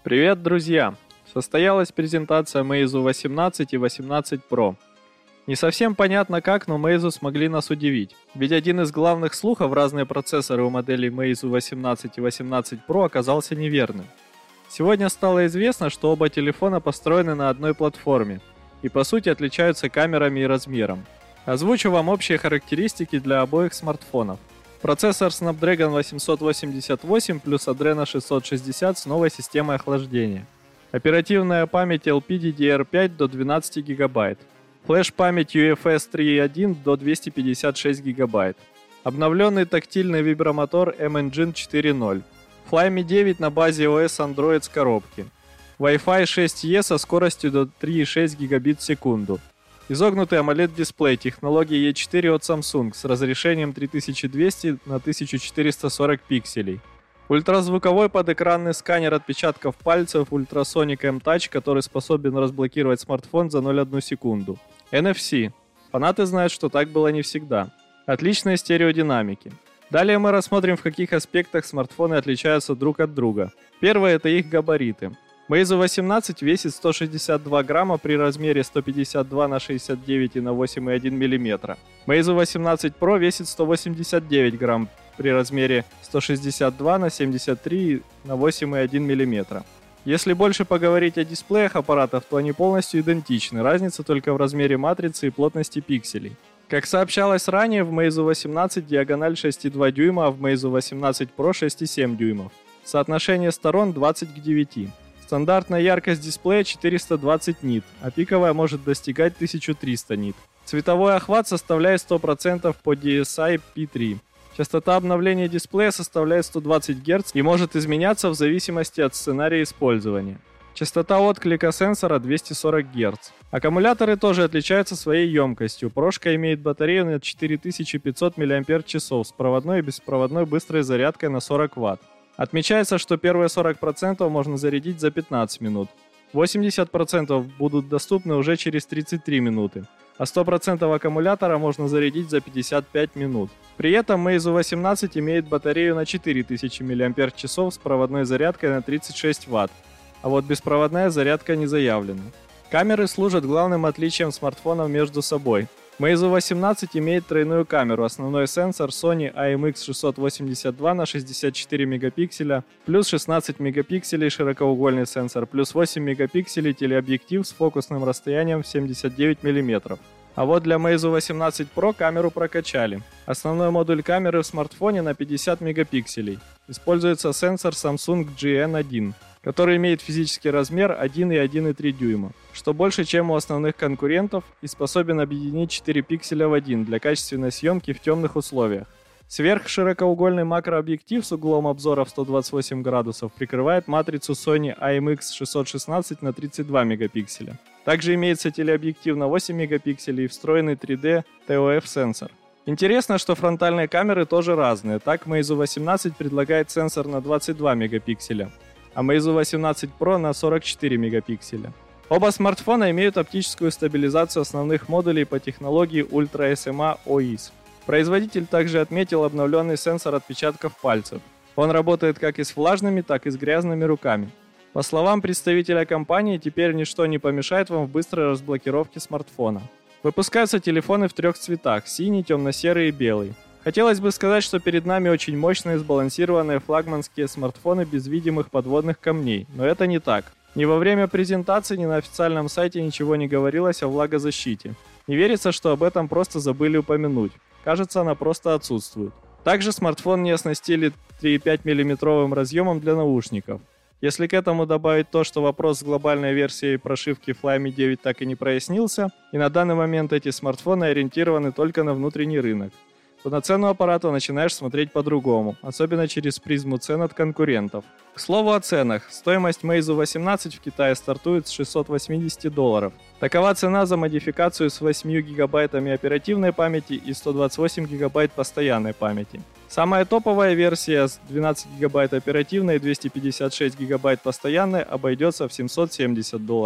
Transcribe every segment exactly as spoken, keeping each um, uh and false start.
Привет, друзья! Состоялась презентация Meizu восемнадцать и восемнадцать Pro. Не совсем понятно как, но Meizu смогли нас удивить. Ведь один из главных слухов разные процессоры у моделей Meizu восемнадцать и восемнадцать Pro оказался неверным. Сегодня стало известно, что оба телефона построены на одной платформе и по сути отличаются камерами и размером. Озвучу вам общие характеристики для обоих смартфонов. Процессор Snapdragon восемьсот восемьдесят восемь плюс Adreno шестьсот шестьдесят с новой системой охлаждения. Оперативная память эл пи ди ди ар пять до двенадцати гигабайт. Флеш-память ю эф эс три точка один до двухсот пятидесяти шести гигабайт. Обновленный тактильный вибромотор M-Engine четыре ноль. Flyme девять на базе о эс Android с коробки. Wi-Fi шесть и со скоростью до три и шесть гигабит в секунду. Изогнутый AMOLED-дисплей технологии и четыре от Samsung с разрешением три тысячи двести на тысячу четыреста сорок пикселей. Ультразвуковой подэкранный сканер отпечатков пальцев Ultrasonic M-Touch, который способен разблокировать смартфон за ноль целых одну секунду. эн эф си. Фанаты знают, что так было не всегда. Отличные стереодинамики. Далее мы рассмотрим, в каких аспектах смартфоны отличаются друг от друга. Первое – это их габариты. Meizu восемнадцать весит сто шестьдесят два грамма при размере сто пятьдесят два на шестьдесят девять на восемь целых одна десятая миллиметра. Meizu восемнадцать Pro весит сто восемьдесят девять грамм при размере сто шестьдесят два на семьдесят три на восемь целых одна десятая миллиметра. Если больше поговорить о дисплеях аппаратов, то они полностью идентичны, разница только в размере матрицы и плотности пикселей. Как сообщалось ранее, в Meizu восемнадцать диагональ шесть и два дюйма, а в Meizu восемнадцать Pro шесть и семь дюймов. Соотношение сторон двадцать к девяти. Стандартная яркость дисплея четыреста двадцать нит, а пиковая может достигать тысяча триста нит. Цветовой охват составляет сто процентов по ди эс ай пи три. Частота обновления дисплея составляет сто двадцать герц и может изменяться в зависимости от сценария использования. Частота отклика сенсора двести сорок герц. Аккумуляторы тоже отличаются своей емкостью. Прошка имеет батарею на четыре тысячи пятьсот мАч с проводной и беспроводной быстрой зарядкой на сорок ватт. Отмечается, что первые сорок процентов можно зарядить за пятнадцать минут, восемьдесят процентов будут доступны уже через тридцать три минуты, а сто процентов аккумулятора можно зарядить за пятьдесят пять минут. При этом Meizu восемнадцать имеет батарею на четыре тысячи мАч с проводной зарядкой на тридцать шесть ватт, а вот беспроводная зарядка не заявлена. Камеры служат главным отличием смартфонов между собой. Meizu восемнадцать имеет тройную камеру, основной сенсор Sony ай эм икс шестьсот восемьдесят два на шестьдесят четыре мегапикселя, плюс шестнадцать мегапикселей широкоугольный сенсор, плюс восемь мегапикселей телеобъектив с фокусным расстоянием в семьдесят девять миллиметров. А вот для Meizu восемнадцать Pro камеру прокачали. Основной модуль камеры в смартфоне на пятьдесят мегапикселей. Используется сенсор Samsung джи эн один, который имеет физический размер один и одна десятая дюйма, что больше, чем у основных конкурентов, и способен объединить четыре пикселя в один для качественной съемки в темных условиях. Сверхширокоугольный макрообъектив с углом обзора в сто двадцать восемь градусов прикрывает матрицу Sony ай эм икс шестьсот шестнадцать на тридцать два мегапикселя. Также имеется телеобъектив на восемь мегапикселей и встроенный три дэ тэ о эф сенсор. Интересно, что фронтальные камеры тоже разные. Так Meizu восемнадцать предлагает сенсор на двадцать два мегапикселя, а Meizu восемнадцать Pro на сорок четыре мегапикселя. Оба смартфона имеют оптическую стабилизацию основных модулей по технологии Ultra эс эм эй о ай эс. Производитель также отметил обновленный сенсор отпечатков пальцев. Он работает как и с влажными, так и с грязными руками. По словам представителя компании, теперь ничто не помешает вам в быстрой разблокировке смартфона. Выпускаются телефоны в трех цветах – синий, темно-серый и белый. Хотелось бы сказать, что перед нами очень мощные сбалансированные флагманские смартфоны без видимых подводных камней, но это не так. Ни во время презентации, ни на официальном сайте ничего не говорилось о влагозащите. Не верится, что об этом просто забыли упомянуть. Кажется, она просто отсутствует. Также смартфон не оснастили три и пять миллиметровым разъемом для наушников. Если к этому добавить то, что вопрос с глобальной версией прошивки Flyme девять так и не прояснился, и на данный момент эти смартфоны ориентированы только на внутренний рынок, то на цену аппарата начинаешь смотреть по-другому, особенно через призму цен от конкурентов. К слову о ценах. Стоимость Meizu восемнадцать в Китае стартует с шестисот восьмидесяти долларов. Такова цена за модификацию с восемью гигабайтами оперативной памяти и сто двадцать восемь гигабайт постоянной памяти. Самая топовая версия с двенадцать гигабайт оперативной и двести пятьдесят шесть гигабайт постоянной обойдется в семьсот семьдесят долларов.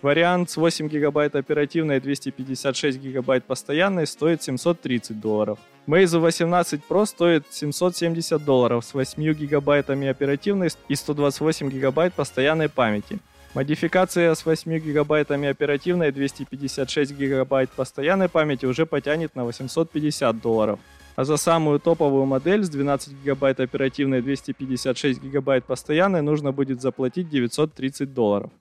Вариант с восемь гигабайт оперативной и двести пятьдесят шесть гигабайт постоянной стоит семьсот тридцать долларов. Meizu восемнадцать Pro стоит семьсот семьдесят долларов с восемью гигабайтами оперативной и сто двадцать восемь гигабайт постоянной памяти. Модификация с восемью гигабайтами оперативной и двести пятьдесят шесть гигабайт постоянной памяти уже потянет на восемьсот пятьдесят долларов. А за самую топовую модель с двенадцать гигабайт оперативной и двести пятьдесят шесть гигабайт постоянной нужно будет заплатить девятьсот тридцать долларов.